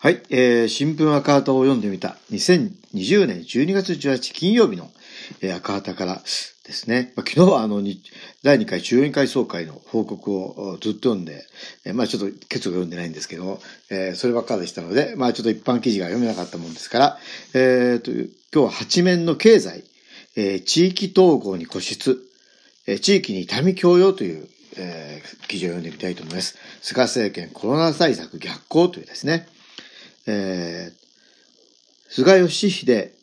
はい、新聞赤旗を読んでみた2020年12月18日金曜日の、赤旗からですね。昨日は第2回中央委員会総会の報告をずっと読んで、ちょっと結論読んでないんですけど、そればっかりでしたので、ちょっと一般記事が読めなかったもんですから、今日は8面の経済、地域統合に固執、地域に痛み共用という、記事を読んでみたいと思います。菅政権コロナ対策逆行というですね。菅義偉、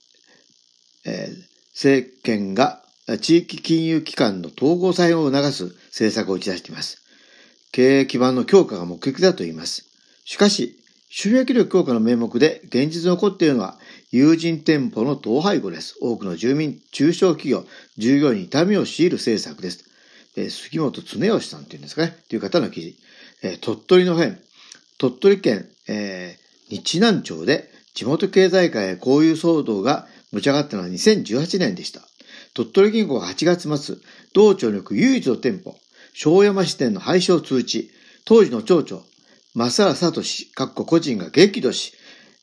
政権が地域金融機関の統合再編を促す政策を打ち出しています。経営基盤の強化が目的だと言います。しかし、収益力強化の名目で現実に起こっているのは有人店舗の統廃合です。多くの住民、中小企業、従業員に痛みを強いる政策です。杉本恒義さんというんですかね、という方の記事。鳥取の辺、鳥取県、日南町で地元経済界へこういう騒動が持ち上がったのは2018年でした。鳥取銀行が8月末、同町に置く唯一の店舗、庄山支店の廃止を通知、当時の町長、増原聡個人が激怒し、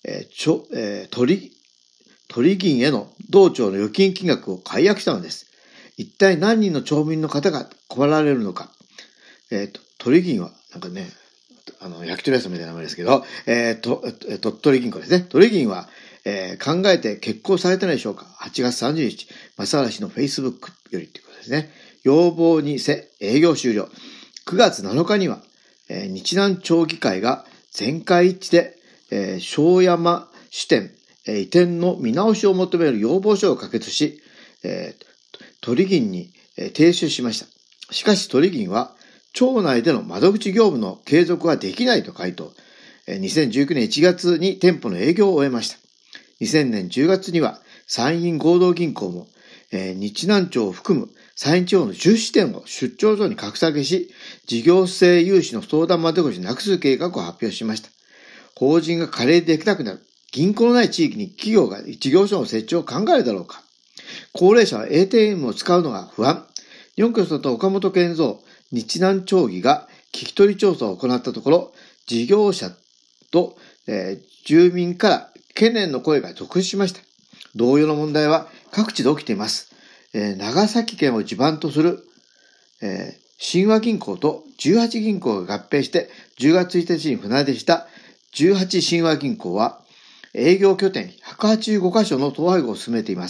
鳥銀への同町の預金金額を解約したのです。一体何人の町民の方が配られるのか。鳥銀は、焼き鳥屋さんみたいな名前ですけど、鳥取銀行ですね。鳥銀は、考えて決行されてないでしょうか。8月30日、増原氏の Facebook よりということですね。要望に営業終了。9月7日には、日南町議会が全会一致で、庄山支店、移転の見直しを求める要望書を可決し、鳥銀に、提出しました。しかし鳥銀は、町内での窓口業務の継続はできないと回答。2019年1月に店舗の営業を終えました。2000年10月には山陰合同銀行も、日南町を含む山陰地方の10支店を出張所に格下げし、事業性融資の相談窓口をなくす計画を発表しました。法人が華麗でできなくなる。銀行のない地域に企業が事業所の設置を考えるだろうか。高齢者は ATM を使うのが不安。日本共産党岡本健三日南町議が聞き取り調査を行ったところ、事業者と、住民から懸念の声が続出しました。同様の問題は各地で起きています。長崎県を地盤とする、新和銀行と18銀行が合併して10月1日に船出した18新和銀行は営業拠点185カ所の統廃合を進めています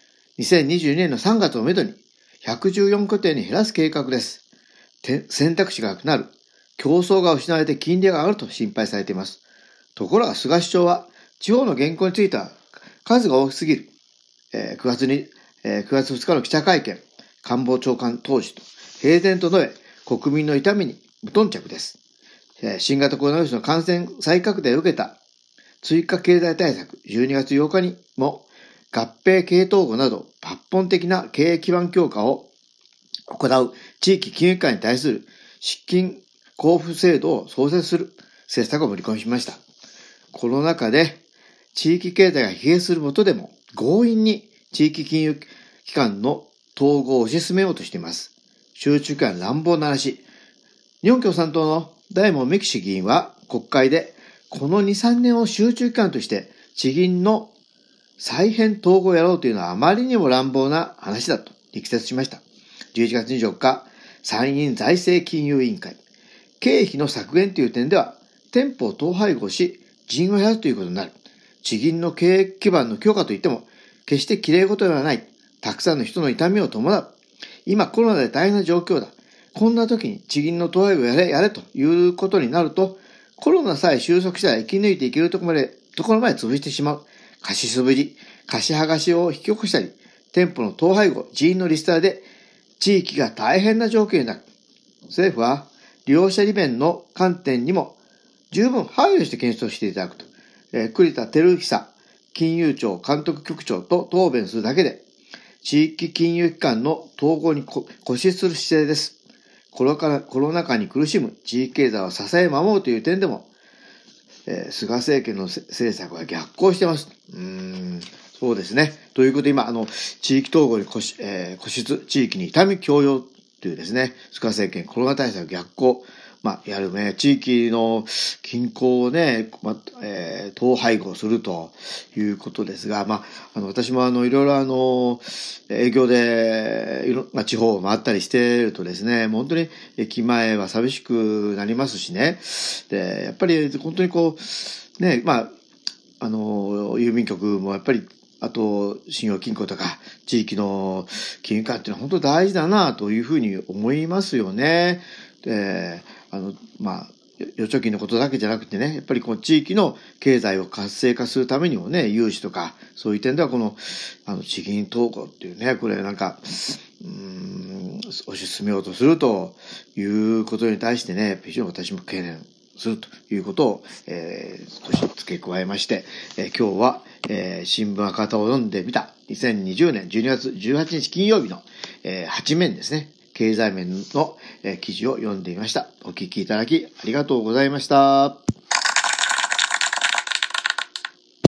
。2022年の3月をめどに114拠点に減らす計画です。選択肢がなくなる。競争が失われて金利が上がると心配されています。ところが菅首相は地方の原稿については数が大きすぎる。9月2日の記者会見、官房長官当時と平然と述べ、国民の痛みに無頓着です。新型コロナウイルスの感染再拡大を受けた追加経済対策、12月8日にも合併系統合など抜本的な経営基盤強化を行う地域金融機関に対する資金交付制度を創設する政策を盛り込みました。コロナ禍で地域経済が疲弊するもとでも強引に地域金融機関の統合を推し進めようとしています。集中機関乱暴な話。日本共産党の大門美樹議員は国会でこの2、3年を集中機関として地銀の再編統合をやろうというのはあまりにも乱暴な話だと力説しました。11月24日、参院財政金融委員会。経費の削減という点では、店舗を統廃合し、人員を減らすということになる。地銀の経営基盤の強化といっても、決して綺麗事ではない。たくさんの人の痛みを伴う。今コロナで大変な状況だ。こんな時に地銀の統廃合をやれということになると、コロナさえ収束したら生き抜いていけるところまで潰してしまう。貸し滑り、貸し剥がしを引き起こしたり、店舗の統廃合、人員のリスターで、地域が大変な状況になる。政府は利用者利便の観点にも十分配慮して検証していただくと。栗田照久金融庁監督局長と答弁するだけで、地域金融機関の統合に固執する姿勢です。コロナ禍に苦しむ地域経済を支え守るという点でも、菅政権の政策は逆行しています。そうですね。ということで今、地域統合に固執、地域に痛み共用というですね、菅政権コロナ対策逆行、 やるね、地域の均衡をね、統廃合するということですが、私もいろいろ営業で地方を回ったりしているとですね、本当に駅前は寂しくなりますしね。で、やっぱり本当にね、郵便局もやっぱり、あと、信用金庫とか、地域の金融機関っていうのは本当大事だなというふうに思いますよね。で、預貯金のことだけじゃなくてね、やっぱり地域の経済を活性化するためにもね、融資とか、そういう点では地銀統合っていうね、これ推し進めようとするということに対してね、非常に私も懸念するということを、少し付け加えまして、今日は、新聞赤旗を読んでみた2020年12月18日金曜日の、8面ですね、経済面の、記事を読んでみました。お聞きいただきありがとうございました。